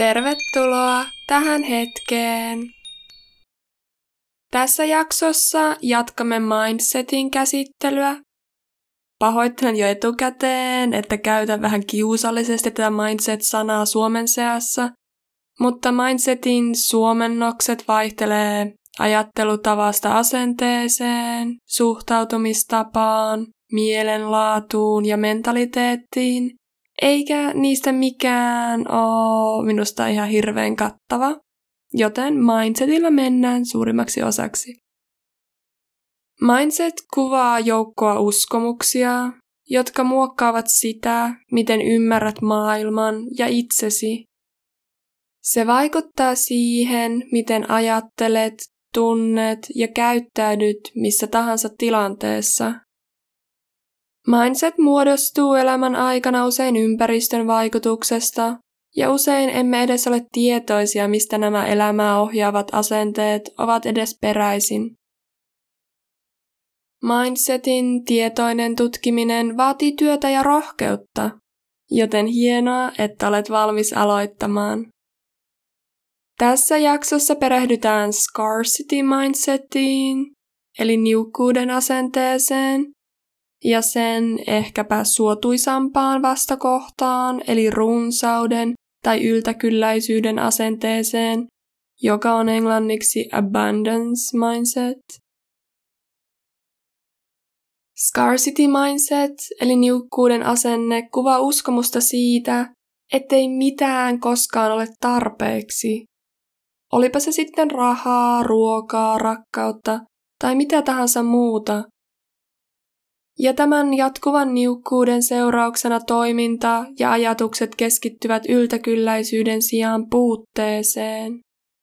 Tervetuloa tähän hetkeen. Tässä jaksossa jatkamme mindsetin käsittelyä. Pahoittelen jo etukäteen, että käytän vähän kiusallisesti tätä mindset-sanaa suomen seassa, mutta mindsetin suomennokset vaihtelee ajattelutavasta asenteeseen, suhtautumistapaan, mielenlaatuun ja mentaliteettiin, eikä niistä mikään ole minusta ihan hirveän kattava, joten mindsetillä mennään suurimmaksi osaksi. Mindset kuvaa joukkoa uskomuksia, jotka muokkaavat sitä, miten ymmärrät maailman ja itsesi. Se vaikuttaa siihen, miten ajattelet, tunnet ja käyttäydyt missä tahansa tilanteessa. Mindset muodostuu elämän aikana usein ympäristön vaikutuksesta, ja usein emme edes ole tietoisia, mistä nämä elämää ohjaavat asenteet ovat edes peräisin. Mindsetin tietoinen tutkiminen vaatii työtä ja rohkeutta, joten hienoa, että olet valmis aloittamaan. Tässä jaksossa perehdytään scarcity mindsetiin, eli niukkuuden asenteeseen, ja sen ehkäpä suotuisampaan vastakohtaan, eli runsauden tai yltäkylläisyyden asenteeseen, joka on englanniksi abundance mindset. Scarcity mindset, eli niukkuuden asenne, kuvaa uskomusta siitä, ettei mitään koskaan ole tarpeeksi. Olipa se sitten rahaa, ruokaa, rakkautta tai mitä tahansa muuta. Ja tämän jatkuvan niukkuuden seurauksena toiminta ja ajatukset keskittyvät yltäkylläisyyden sijaan puutteeseen.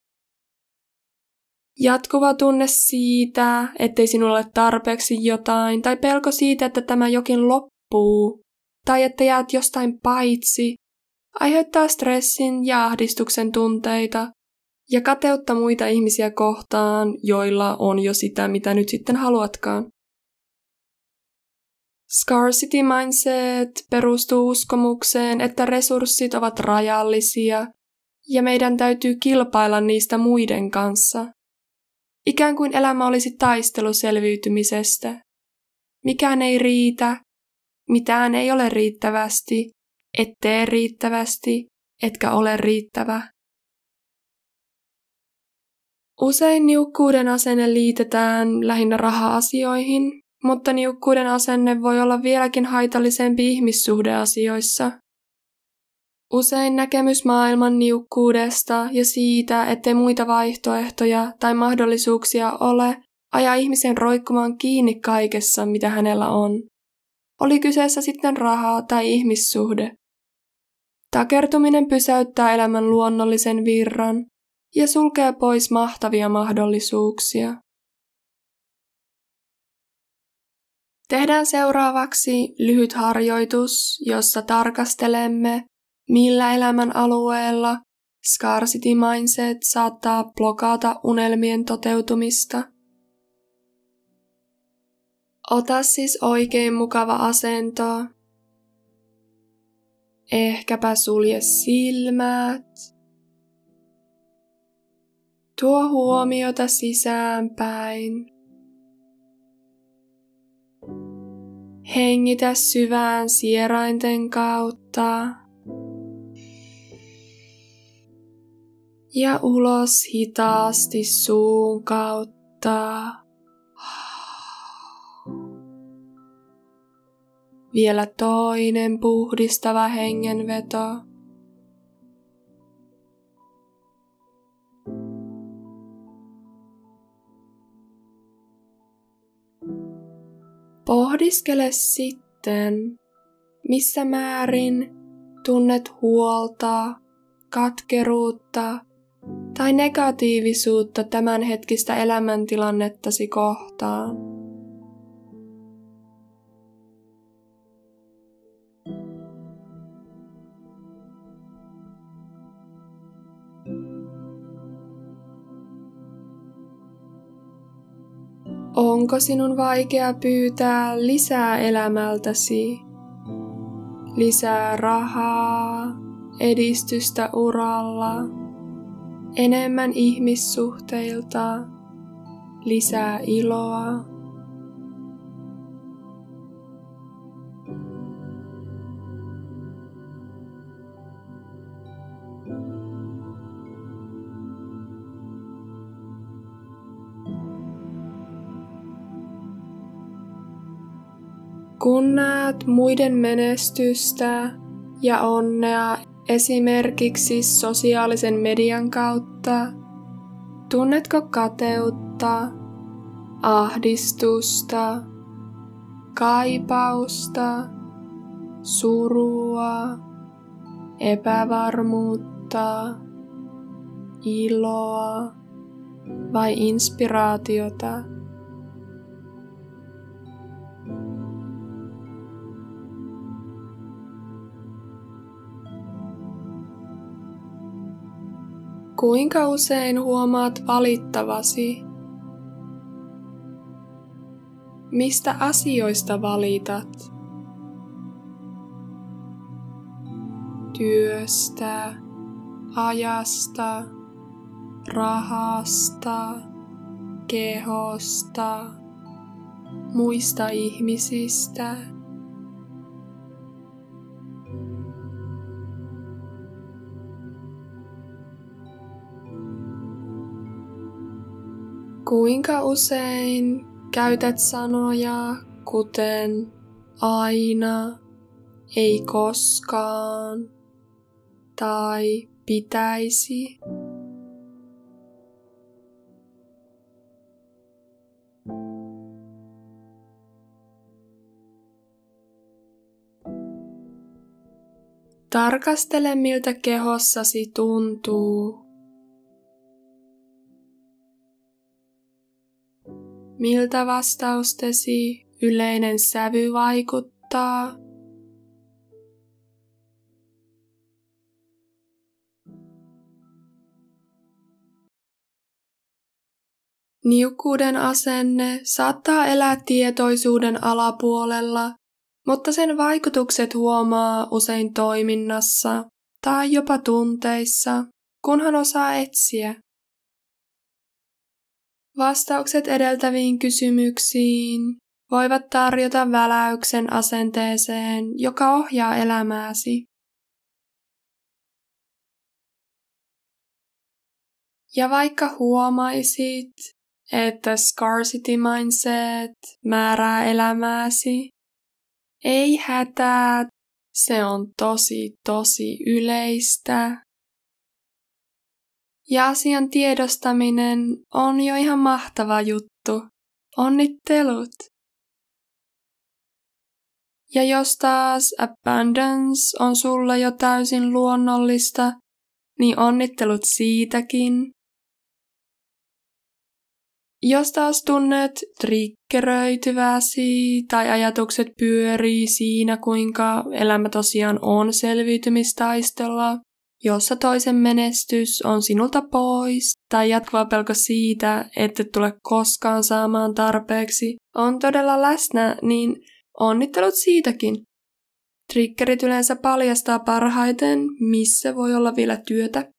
Jatkuva tunne siitä, ettei sinulle ole tarpeeksi jotain, tai pelko siitä, että tämä jokin loppuu, tai että jäät jostain paitsi, aiheuttaa stressin ja ahdistuksen tunteita ja kateutta muita ihmisiä kohtaan, joilla on jo sitä, mitä nyt sitten haluatkaan. Scarcity mindset perustuu uskomukseen, että resurssit ovat rajallisia ja meidän täytyy kilpailla niistä muiden kanssa. Ikään kuin elämä olisi taistelu selviytymisestä. Mikään ei riitä, mitään ei ole riittävästi, et tee riittävästi, etkä ole riittävä. Usein niukkuuden asenne liitetään lähinnä raha-asioihin, mutta niukkuuden asenne voi olla vieläkin haitallisempi ihmissuhdeasioissa. Usein näkemys maailman niukkuudesta ja siitä, ettei muita vaihtoehtoja tai mahdollisuuksia ole, ajaa ihmisen roikkumaan kiinni kaikessa, mitä hänellä on. Oli kyseessä sitten raha tai ihmissuhde. Takertuminen pysäyttää elämän luonnollisen virran ja sulkee pois mahtavia mahdollisuuksia. Tehdään seuraavaksi lyhyt harjoitus, jossa tarkastelemme, millä elämän alueella scarcity mindset saattaa blokata unelmien toteutumista. Ota siis oikein mukava asento. Ehkäpä sulje silmät. Tuo huomiota sisäänpäin. Hengitä syvään sierainten kautta. Ja ulos hitaasti suun kautta. Vielä toinen puhdistava hengenveto. Pohdiskele sitten, missä määrin tunnet huolta, katkeruutta tai negatiivisuutta tämänhetkistä elämäntilannettasi kohtaan. Onko sinun vaikea pyytää lisää elämältäsi? Lisää rahaa, edistystä uralla, enemmän ihmissuhteilta, lisää iloa. Kun näet muiden menestystä ja onnea esimerkiksi sosiaalisen median kautta, tunnetko kateutta, ahdistusta, kaipausta, surua, epävarmuutta, iloa vai inspiraatiota? Kuinka usein huomaat valittavasi? Mistä asioista valitat? Työstä, ajasta, rahasta, kehosta, muista ihmisistä. Kuinka usein käytät sanoja kuten aina, ei koskaan tai pitäisi? Tarkastele, miltä kehossasi tuntuu. Miltä vastaustesi yleinen sävy vaikuttaa? Niukkuuden asenne saattaa elää tietoisuuden alapuolella, mutta sen vaikutukset huomaa usein toiminnassa tai jopa tunteissa, kunhan osaa etsiä. Vastaukset edeltäviin kysymyksiin voivat tarjota väläyksen asenteeseen, joka ohjaa elämääsi. Ja vaikka huomaisit, että scarcity mindset määrää elämääsi, ei hätää, se on tosi yleistä. Ja asian tiedostaminen on jo ihan mahtava juttu. Onnittelut! Ja jos taas abundance on sulle jo täysin luonnollista, niin onnittelut siitäkin. Jos taas tunnet triggeröityväsi tai ajatukset pyörii siinä, kuinka elämä tosiaan on selviytymistaistelua, jossa toisen menestys on sinulta pois tai jatkuva pelko siitä, että et tule koskaan saamaan tarpeeksi, on todella läsnä, niin onnittelut siitäkin. Triggerit yleensä paljastaa parhaiten, missä voi olla vielä työtä.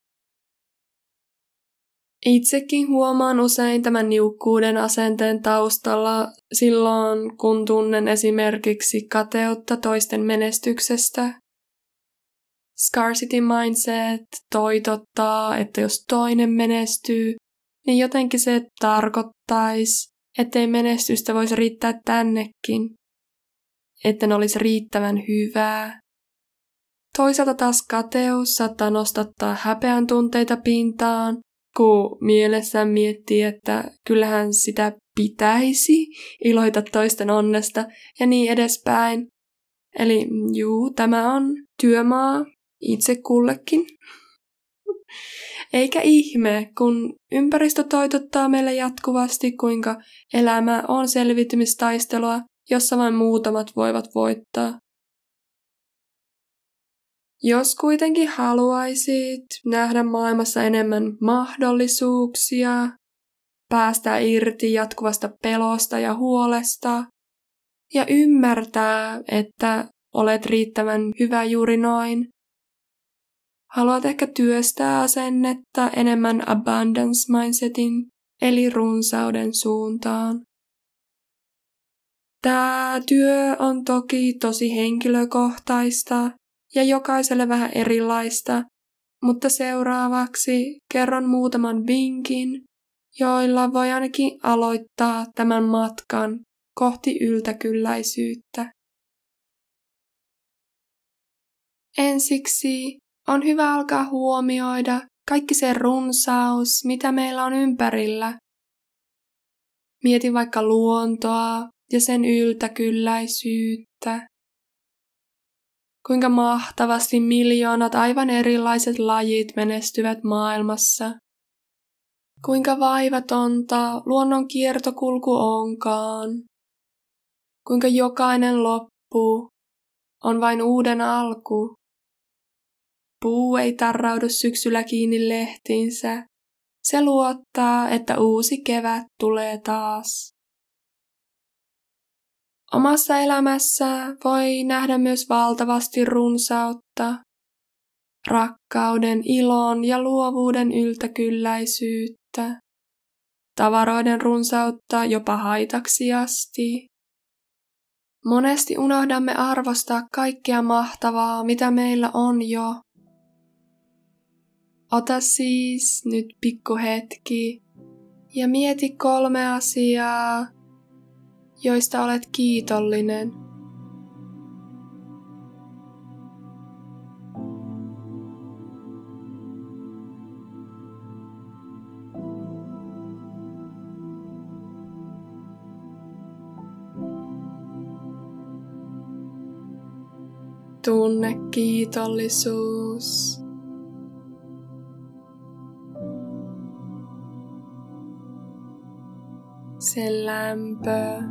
Itsekin huomaan usein tämän niukkuuden asenteen taustalla silloin, kun tunnen esimerkiksi kateutta toisten menestyksestä. Scarcity mindset toitottaa, että jos toinen menestyy, niin jotenkin se tarkoittaisi, ettei menestystä voisi riittää tännekin, etten olisi riittävän hyvää. Toisaalta taas kateus saattaa nostattaa häpeän tunteita pintaan, kun mielessään miettii, että kyllähän sitä pitäisi iloita toisten onnesta ja niin edespäin. Eli tämä on työmaa itse kullekin. Eikä ihme, kun ympäristö toitottaa meille jatkuvasti, kuinka elämä on selviytymistaistelua, jossa vain muutamat voivat voittaa. Jos kuitenkin haluaisit nähdä maailmassa enemmän mahdollisuuksia, päästä irti jatkuvasta pelosta ja huolesta ja ymmärtää, että olet riittävän hyvä juuri noin, Haluat ehkä työstää asennetta enemmän abundance mindsetin, eli runsauden suuntaan. Tämä työ on toki tosi henkilökohtaista ja jokaiselle vähän erilaista, mutta seuraavaksi kerron muutaman vinkin, joilla voi ainakin aloittaa tämän matkan kohti yltäkylläisyyttä. Ensiksi on hyvä alkaa huomioida kaikki se runsaus, mitä meillä on ympärillä. Mieti vaikka luontoa ja sen yltäkylläisyyttä. Kuinka mahtavasti miljoonat aivan erilaiset lajit menestyvät maailmassa. Kuinka vaivatonta luonnon kiertokulku onkaan. Kuinka jokainen loppu on vain uuden alku. Puu ei tarraudu syksyllä kiinni lehtiinsä. Se luottaa, että uusi kevät tulee taas. Omassa elämässä voi nähdä myös valtavasti runsautta, rakkauden, ilon ja luovuuden yltäkylläisyyttä, tavaroiden runsautta jopa haitaksi asti. Monesti unohdamme arvostaa kaikkea mahtavaa, mitä meillä on jo. Ota siis nyt pikku hetki ja mieti 3 asiaa, joista olet kiitollinen. Tunne kiitollisuus. Sen lämpö.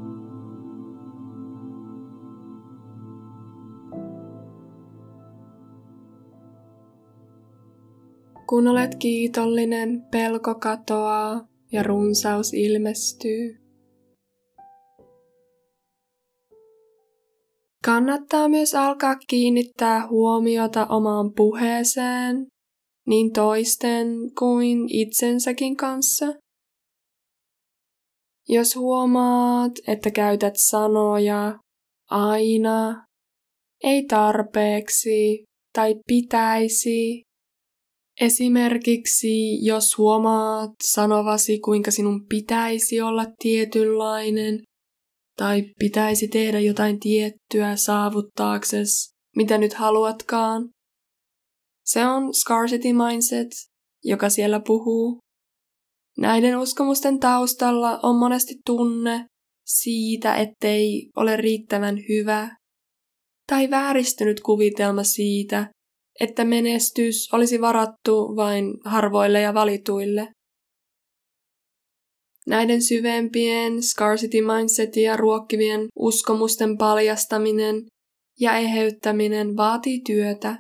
Kun olet kiitollinen, pelko katoaa ja runsaus ilmestyy. Kannattaa myös alkaa kiinnittää huomiota omaan puheeseen, niin toisten kuin itsensäkin kanssa. Jos huomaat, että käytät sanoja aina, ei tarpeeksi tai pitäisi. Esimerkiksi jos huomaat sanovasi, kuinka sinun pitäisi olla tietynlainen tai pitäisi tehdä jotain tiettyä saavuttaaksesi, mitä nyt haluatkaan. Se on scarcity mindset, joka siellä puhuu. Näiden uskomusten taustalla on monesti tunne siitä, ettei ole riittävän hyvä, tai vääristynyt kuvitelma siitä, että menestys olisi varattu vain harvoille ja valituille. Näiden syvempien scarcity mindsetia ruokkivien uskomusten paljastaminen ja eheyttäminen vaatii työtä.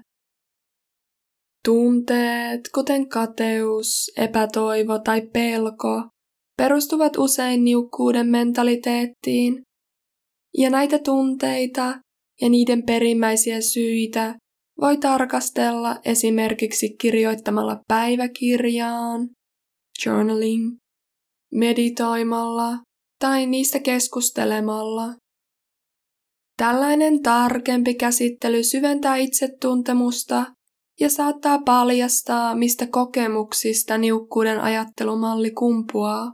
Tunteet, kuten kateus, epätoivo tai pelko, perustuvat usein niukkuuden mentaliteettiin, ja näitä tunteita ja niiden perimmäisiä syitä voi tarkastella esimerkiksi kirjoittamalla päiväkirjaan, journaling, meditoimalla tai niistä keskustelemalla. Tällainen tarkempi käsittely syventää itsetuntemusta ja saattaa paljastaa, mistä kokemuksista niukkuuden ajattelumalli kumpuaa.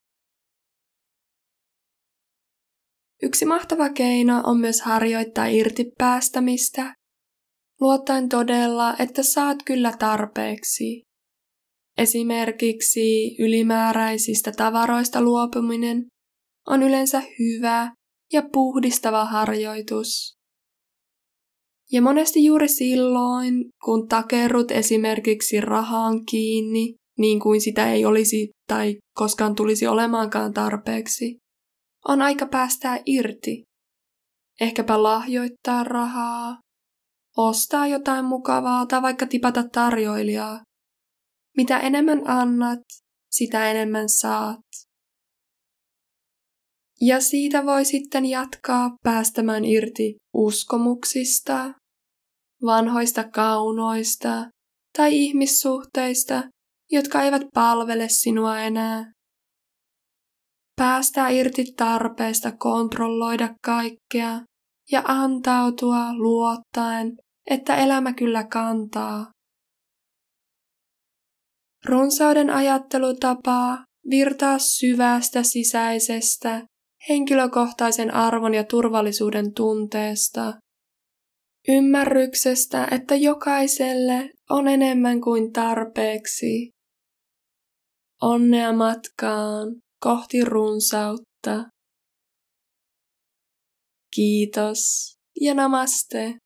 Yksi mahtava keino on myös harjoittaa irtipäästämistä, luottaen todella, että saat kyllä tarpeeksi. Esimerkiksi ylimääräisistä tavaroista luopuminen on yleensä hyvä ja puhdistava harjoitus. Ja monesti juuri silloin, kun takerrut esimerkiksi rahaan kiinni, niin kuin sitä ei olisi tai koskaan tulisi olemaankaan tarpeeksi, on aika päästää irti. Ehkäpä lahjoittaa rahaa, ostaa jotain mukavaa tai vaikka tipata tarjoilijaa. Mitä enemmän annat, sitä enemmän saat. Ja siitä voi sitten jatkaa päästämään irti uskomuksista, vanhoista kaunoista tai ihmissuhteista, jotka eivät palvele sinua enää. Päästää irti tarpeesta kontrolloida kaikkea ja antautua luottaen, että elämä kyllä kantaa. Runsauden ajattelutapaa virtaa syvästä sisäisestä, henkilökohtaisen arvon ja turvallisuuden tunteesta. Ymmärryksestä, että jokaiselle on enemmän kuin tarpeeksi. Onnea matkaan kohti runsautta. Kiitos ja namaste.